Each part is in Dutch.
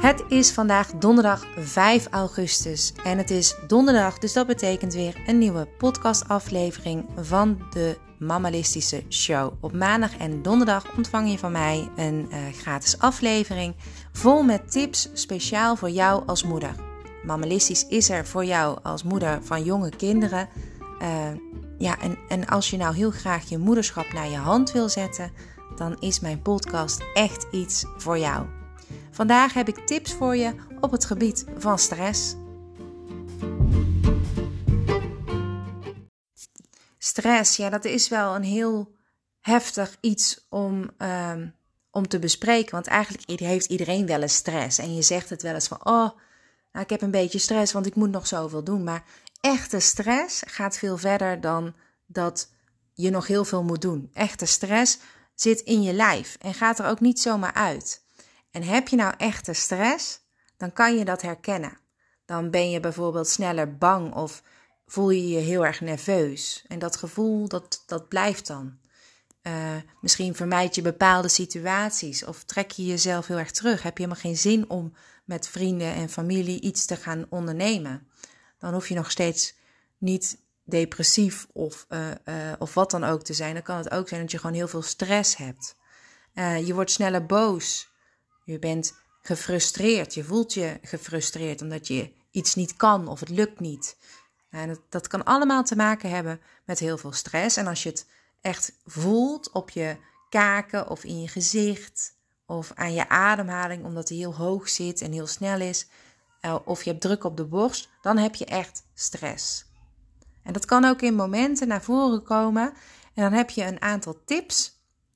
Het is vandaag donderdag 5 augustus en het is donderdag, dus dat betekent weer een nieuwe podcastaflevering van de Mammalistische Show. Op maandag en donderdag ontvang je van mij een gratis aflevering vol met tips speciaal voor jou als moeder. Mammalistisch is er voor jou als moeder van jonge kinderen. En als je nou heel graag je moederschap naar je hand wil zetten, dan is mijn podcast echt iets voor jou. Vandaag heb ik tips voor je op het gebied van stress. Stress, dat is wel een heel heftig iets om te bespreken. Want eigenlijk heeft iedereen wel eens stress. En je zegt het wel eens van, ik heb een beetje stress, want ik moet nog zoveel doen. Maar echte stress gaat veel verder dan dat je nog heel veel moet doen. Echte stress zit in je lijf en gaat er ook niet zomaar uit. En heb je nou echte stress, dan kan je dat herkennen. Dan ben je bijvoorbeeld sneller bang of voel je je heel erg nerveus. En dat gevoel, dat blijft dan. Misschien vermijd je bepaalde situaties of trek je jezelf heel erg terug. Heb je helemaal geen zin om met vrienden en familie iets te gaan ondernemen. Dan hoef je nog steeds niet depressief of wat dan ook te zijn. Dan kan het ook zijn dat je gewoon heel veel stress hebt. Je wordt sneller boos. Je bent gefrustreerd. Je voelt je gefrustreerd omdat je iets niet kan of het lukt niet. En dat kan allemaal te maken hebben met heel veel stress. En als je het echt voelt op je kaken of in je gezicht of aan je ademhaling omdat die heel hoog zit en heel snel is, of je hebt druk op de borst, dan heb je echt stress. En dat kan ook in momenten naar voren komen. En dan heb je een aantal tips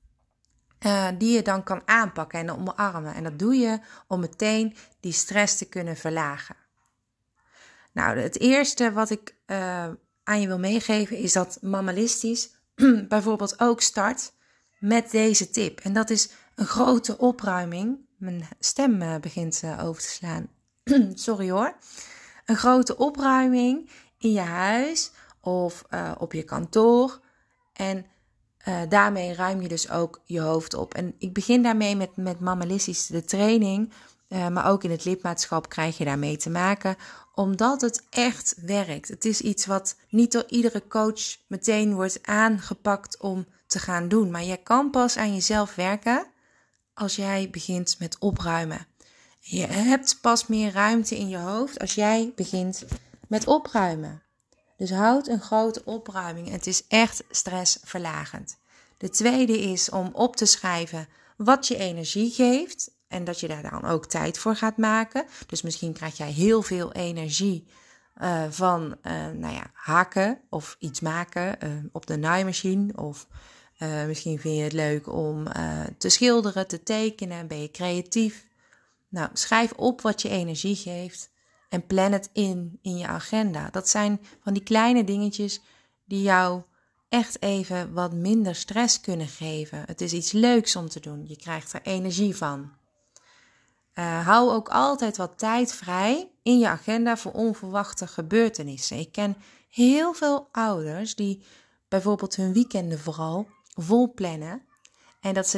die je dan kan aanpakken en omarmen. En dat doe je om meteen die stress te kunnen verlagen. Nou, het eerste wat ik aan je wil meegeven is dat Mammalistisch bijvoorbeeld ook start met deze tip. En dat is een grote opruiming. Mijn stem begint over te slaan. Sorry hoor. Een grote opruiming in je huis of op je kantoor. En daarmee ruim je dus ook je hoofd op. En ik begin daarmee met Mammalistisch de training. Maar ook in het lidmaatschap krijg je daarmee te maken. Omdat het echt werkt. Het is iets wat niet door iedere coach meteen wordt aangepakt om te gaan doen. Maar jij kan pas aan jezelf werken als jij begint met opruimen. Je hebt pas meer ruimte in je hoofd als jij begint met opruimen. Dus houd een grote opruiming. Het is echt stressverlagend. De tweede is om op te schrijven wat je energie geeft. En dat je daar dan ook tijd voor gaat maken. Dus misschien krijg jij heel veel energie van hakken of iets maken op de naaimachine. Of misschien vind je het leuk om te schilderen, te tekenen. Ben je creatief? Nou, schrijf op wat je energie geeft. En plan het in je agenda. Dat zijn van die kleine dingetjes die jou echt even wat minder stress kunnen geven. Het is iets leuks om te doen. Je krijgt er energie van. Hou ook altijd wat tijd vrij in je agenda voor onverwachte gebeurtenissen. Ik ken heel veel ouders die bijvoorbeeld hun weekenden vooral vol plannen. En dat ze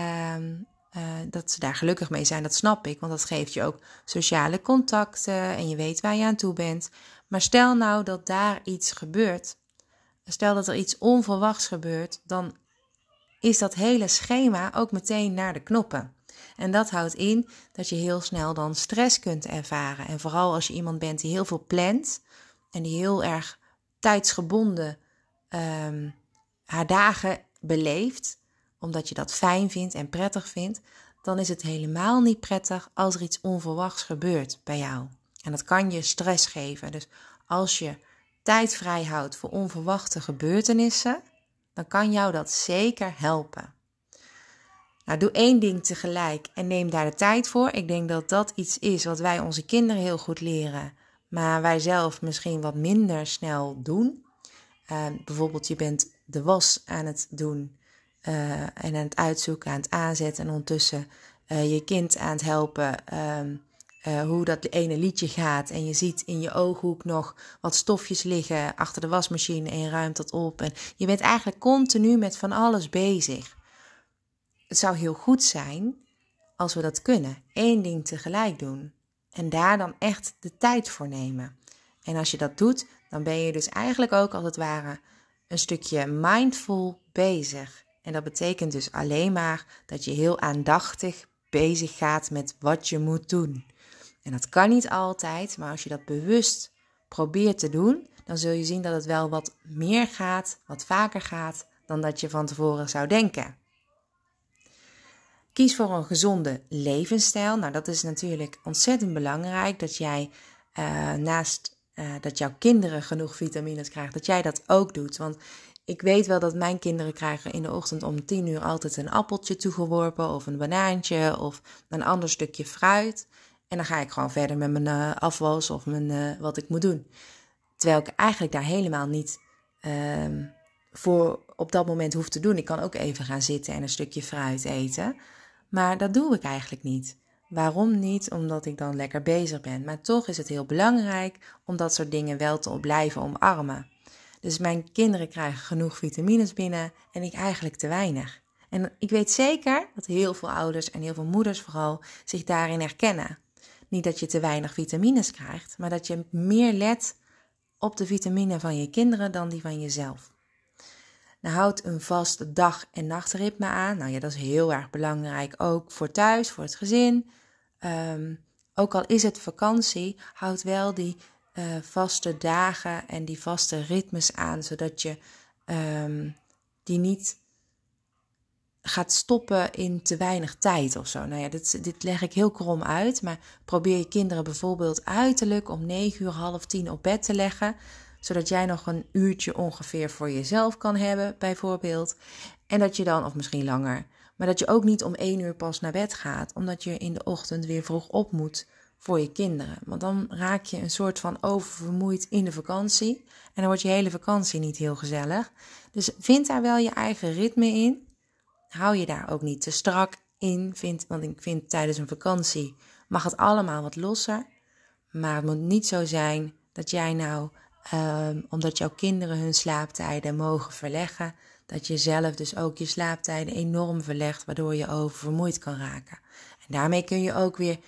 daar gelukkig mee zijn, dat snap ik. Want dat geeft je ook sociale contacten en je weet waar je aan toe bent. Maar stel nou dat daar iets gebeurt. Stel dat er iets onverwachts gebeurt, dan is dat hele schema ook meteen naar de knoppen. En dat houdt in dat je heel snel dan stress kunt ervaren. En vooral als je iemand bent die heel veel plant en die heel erg tijdsgebonden haar dagen beleeft, omdat je dat fijn vindt en prettig vindt, dan is het helemaal niet prettig als er iets onverwachts gebeurt bij jou. En dat kan je stress geven. Dus als je tijd vrij houdt voor onverwachte gebeurtenissen, dan kan jou dat zeker helpen. Nou, doe 1 ding tegelijk en neem daar de tijd voor. Ik denk dat dat iets is wat wij onze kinderen heel goed leren, maar wij zelf misschien wat minder snel doen. Bijvoorbeeld je bent de was aan het doen en aan het uitzoeken, aan het aanzetten en ondertussen je kind aan het helpen hoe dat ene liedje gaat. En je ziet in je ooghoek nog wat stofjes liggen achter de wasmachine en je ruimt dat op. En je bent eigenlijk continu met van alles bezig. Het zou heel goed zijn als we dat kunnen. 1 ding tegelijk doen. En daar dan echt de tijd voor nemen. En als je dat doet, dan ben je dus eigenlijk ook als het ware een stukje mindful bezig. En dat betekent dus alleen maar dat je heel aandachtig bezig gaat met wat je moet doen. En dat kan niet altijd, maar als je dat bewust probeert te doen, dan zul je zien dat het wel wat meer gaat, wat vaker gaat, dan dat je van tevoren zou denken. Kies voor een gezonde levensstijl. Nou, dat is natuurlijk ontzettend belangrijk dat jij naast dat jouw kinderen genoeg vitamines krijgen, dat jij dat ook doet. Want ik weet wel dat mijn kinderen krijgen in de ochtend om 10 uur altijd een appeltje toegeworpen of een banaantje of een ander stukje fruit. En dan ga ik gewoon verder met mijn afwas of wat ik moet doen. Terwijl ik eigenlijk daar helemaal niet voor op dat moment hoef te doen. Ik kan ook even gaan zitten en een stukje fruit eten. Maar dat doe ik eigenlijk niet. Waarom niet? Omdat ik dan lekker bezig ben. Maar toch is het heel belangrijk om dat soort dingen wel te blijven omarmen. Dus mijn kinderen krijgen genoeg vitamines binnen en ik eigenlijk te weinig. En ik weet zeker dat heel veel ouders en heel veel moeders vooral zich daarin herkennen. Niet dat je te weinig vitamines krijgt, maar dat je meer let op de vitamine van je kinderen dan die van jezelf. Nou, houd een vast dag- en nachtritme aan. Nou ja, dat is heel erg belangrijk. Ook voor thuis, voor het gezin. Ook al is het vakantie, houd wel die vaste dagen en die vaste ritmes aan. Zodat je die niet gaat stoppen in te weinig tijd of zo. Nou ja, dit leg ik heel krom uit. Maar probeer je kinderen bijvoorbeeld uiterlijk om 9 uur, half 10 op bed te leggen. Zodat jij nog een uurtje ongeveer voor jezelf kan hebben, bijvoorbeeld. En dat je dan, of misschien langer, maar dat je ook niet om 1 uur pas naar bed gaat. Omdat je in de ochtend weer vroeg op moet voor je kinderen. Want dan raak je een soort van oververmoeid in de vakantie. En dan wordt je hele vakantie niet heel gezellig. Dus vind daar wel je eigen ritme in. Hou je daar ook niet te strak in. Want ik vind tijdens een vakantie mag het allemaal wat losser. Maar het moet niet zo zijn dat jij nou, omdat jouw kinderen hun slaaptijden mogen verleggen, dat je zelf dus ook je slaaptijden enorm verlegt, waardoor je oververmoeid kan raken. En daarmee kun je ook weer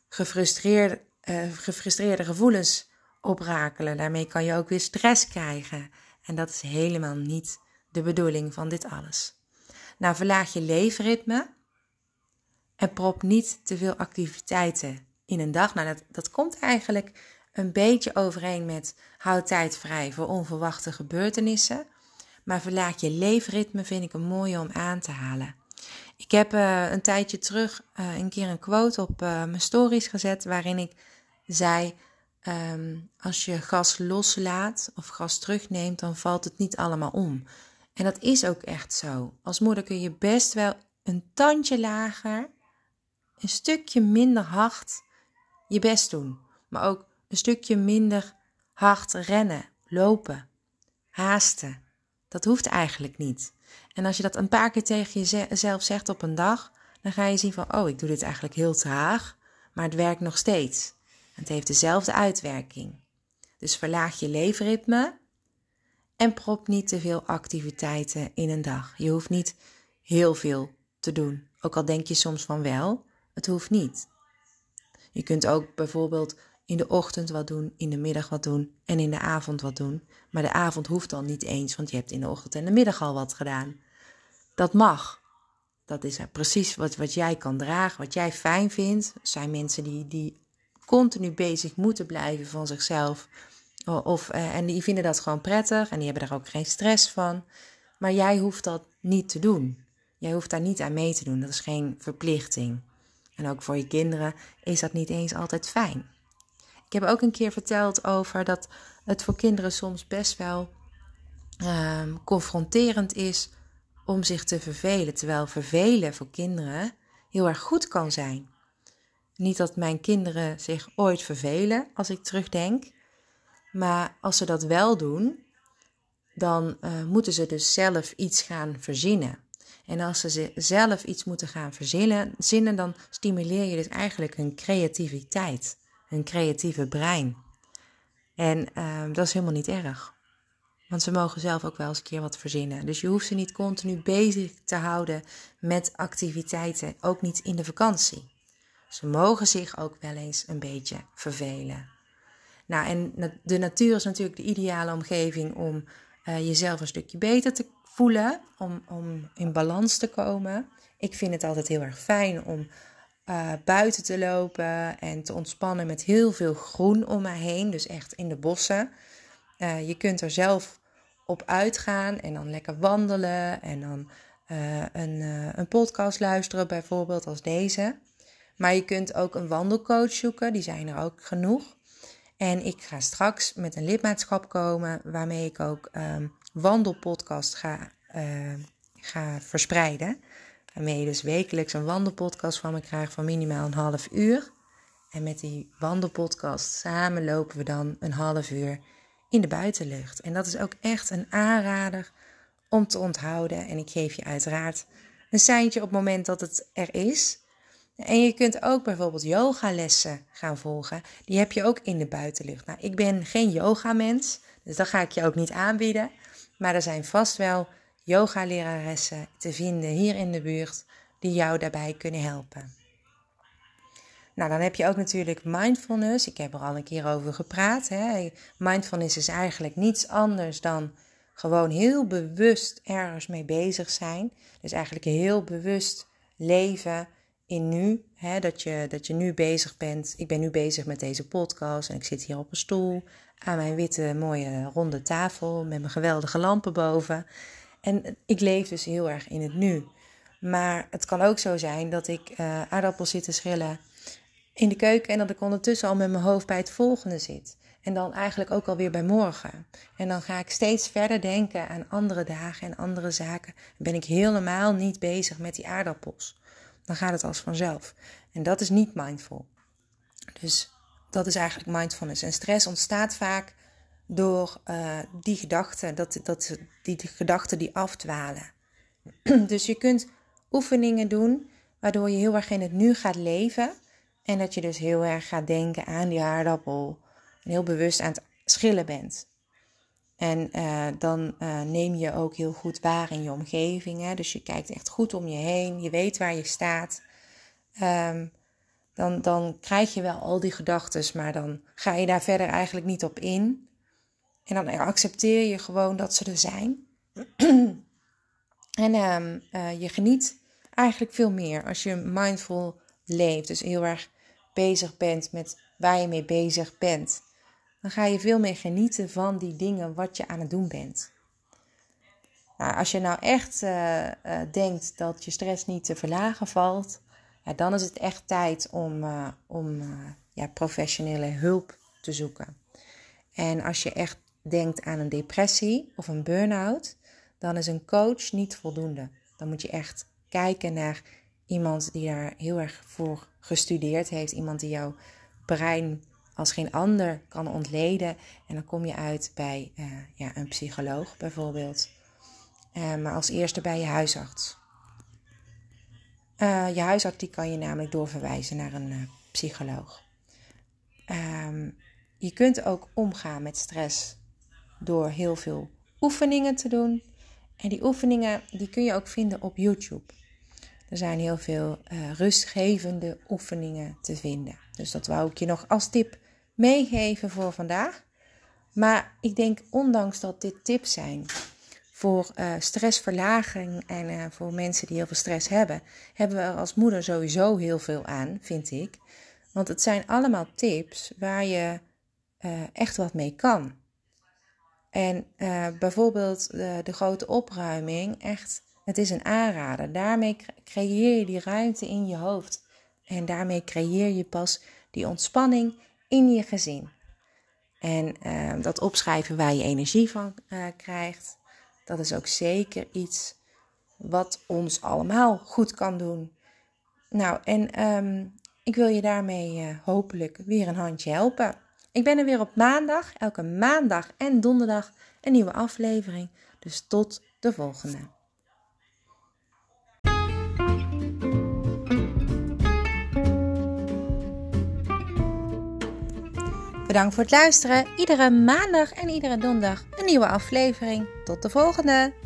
gefrustreerde gevoelens oprakelen. Daarmee kan je ook weer stress krijgen. En dat is helemaal niet de bedoeling van dit alles. Nou, verlaag je leefritme en prop niet te veel activiteiten in een dag. Nou, dat komt eigenlijk een beetje overeen met houd tijd vrij voor onverwachte gebeurtenissen. Maar verlaag je leefritme vind ik een mooie om aan te halen. Ik heb een tijdje terug een keer een quote op mijn stories gezet waarin ik zei, als je gas loslaat of gas terugneemt, dan valt het niet allemaal om. En dat is ook echt zo. Als moeder kun je best wel een tandje lager, een stukje minder hard je best doen. Maar ook een stukje minder hard rennen, lopen, haasten. Dat hoeft eigenlijk niet. En als je dat een paar keer tegen jezelf zegt op een dag, dan ga je zien van, oh, ik doe dit eigenlijk heel traag, maar het werkt nog steeds. Het heeft dezelfde uitwerking. Dus verlaag je leefritme en prop niet te veel activiteiten in een dag. Je hoeft niet heel veel te doen. Ook al denk je soms van wel, het hoeft niet. Je kunt ook bijvoorbeeld in de ochtend wat doen, in de middag wat doen en in de avond wat doen. Maar de avond hoeft dan niet eens, want je hebt in de ochtend en de middag al wat gedaan. Dat mag. Dat is precies wat jij kan dragen, wat jij fijn vindt. Er zijn mensen die continu bezig moeten blijven van zichzelf. En die vinden dat gewoon prettig en die hebben daar ook geen stress van. Maar jij hoeft dat niet te doen. Jij hoeft daar niet aan mee te doen. Dat is geen verplichting. En ook voor je kinderen is dat niet eens altijd fijn. Ik heb ook een keer verteld over dat het voor kinderen soms best wel confronterend is om zich te vervelen. Terwijl vervelen voor kinderen heel erg goed kan zijn. Niet dat mijn kinderen zich ooit vervelen als ik terugdenk. Maar als ze dat wel doen, dan moeten ze dus zelf iets gaan verzinnen. En als ze zelf iets moeten gaan verzinnen, dan stimuleer je dus eigenlijk hun creativiteit, hun creatieve brein. En dat is helemaal niet erg. Want ze mogen zelf ook wel eens een keer wat verzinnen. Dus je hoeft ze niet continu bezig te houden met activiteiten. Ook niet in de vakantie. Ze mogen zich ook wel eens een beetje vervelen. Nou, en de natuur is natuurlijk de ideale omgeving om jezelf een stukje beter te voelen. Om in balans te komen. Ik vind het altijd heel erg fijn om buiten te lopen en te ontspannen met heel veel groen om me heen. Dus echt in de bossen. Je kunt er zelf op uitgaan en dan lekker wandelen en dan een podcast luisteren bijvoorbeeld als deze. Maar je kunt ook een wandelcoach zoeken, die zijn er ook genoeg. En ik ga straks met een lidmaatschap komen waarmee ik ook wandelpodcast ga verspreiden. Waarmee je dus wekelijks een wandelpodcast van me krijgt van minimaal een half uur. En met die wandelpodcast samen lopen we dan een half uur in de buitenlucht. En dat is ook echt een aanrader om te onthouden. En ik geef je uiteraard een seintje op het moment dat het er is. En je kunt ook bijvoorbeeld yogalessen gaan volgen. Die heb je ook in de buitenlucht. Nou, ik ben geen yogamens, dus dat ga ik je ook niet aanbieden. Maar er zijn vast wel yogaleraressen te vinden hier in de buurt die jou daarbij kunnen helpen. Nou, dan heb je ook natuurlijk mindfulness. Ik heb er al een keer over gepraat. Hè. Mindfulness is eigenlijk niets anders dan gewoon heel bewust ergens mee bezig zijn. Dus eigenlijk heel bewust leven in nu. Hè, dat je nu bezig bent. Ik ben nu bezig met deze podcast en ik zit hier op een stoel aan mijn witte mooie ronde tafel met mijn geweldige lampen boven. En ik leef dus heel erg in het nu. Maar het kan ook zo zijn dat ik aardappels zit te schillen in de keuken en dat ik ondertussen al met mijn hoofd bij het volgende zit. En dan eigenlijk ook alweer bij morgen. En dan ga ik steeds verder denken aan andere dagen en andere zaken. Dan ben ik helemaal niet bezig met die aardappels. Dan gaat het als vanzelf. En dat is niet mindful. Dus dat is eigenlijk mindfulness. En stress ontstaat vaak door die gedachten, die gedachten die afdwalen. Dus je kunt oefeningen doen waardoor je heel erg in het nu gaat leven. En dat je dus heel erg gaat denken aan die aardappel. En heel bewust aan het schillen bent. En dan neem je ook heel goed waar in je omgeving. Hè? Dus je kijkt echt goed om je heen. Je weet waar je staat. Dan krijg je wel al die gedachten. Maar dan ga je daar verder eigenlijk niet op in. En dan accepteer je gewoon dat ze er zijn. En je geniet eigenlijk veel meer als je mindful leeft. Dus heel erg bezig bent met waar je mee bezig bent. Dan ga je veel meer genieten van die dingen wat je aan het doen bent. Nou, als je nou echt denkt dat je stress niet te verlagen valt, ja, dan is het echt tijd om professionele hulp te zoeken. En als je echt denkt aan een depressie of een burn-out, dan is een coach niet voldoende. Dan moet je echt kijken naar iemand die daar heel erg voor gestudeerd heeft. Iemand die jouw brein als geen ander kan ontleden. En dan kom je uit bij een psycholoog bijvoorbeeld. Maar als eerste bij je huisarts. Je huisarts die kan je namelijk doorverwijzen naar een psycholoog. Je kunt ook omgaan met stress door heel veel oefeningen te doen. En die oefeningen die kun je ook vinden op YouTube. Er zijn heel veel rustgevende oefeningen te vinden. Dus dat wou ik je nog als tip meegeven voor vandaag. Maar ik denk, ondanks dat dit tips zijn voor stressverlaging en voor mensen die heel veel stress hebben, hebben we er als moeder sowieso heel veel aan, vind ik. Want het zijn allemaal tips waar je echt wat mee kan. En bijvoorbeeld de grote opruiming, echt, het is een aanrader. Daarmee creëer je die ruimte in je hoofd. En daarmee creëer je pas die ontspanning in je gezin. En dat opschrijven waar je energie van krijgt, dat is ook zeker iets wat ons allemaal goed kan doen. Nou, en ik wil je daarmee hopelijk weer een handje helpen. Ik ben er weer op maandag, elke maandag en donderdag een nieuwe aflevering. Dus tot de volgende. Bedankt voor het luisteren. Iedere maandag en iedere donderdag een nieuwe aflevering. Tot de volgende!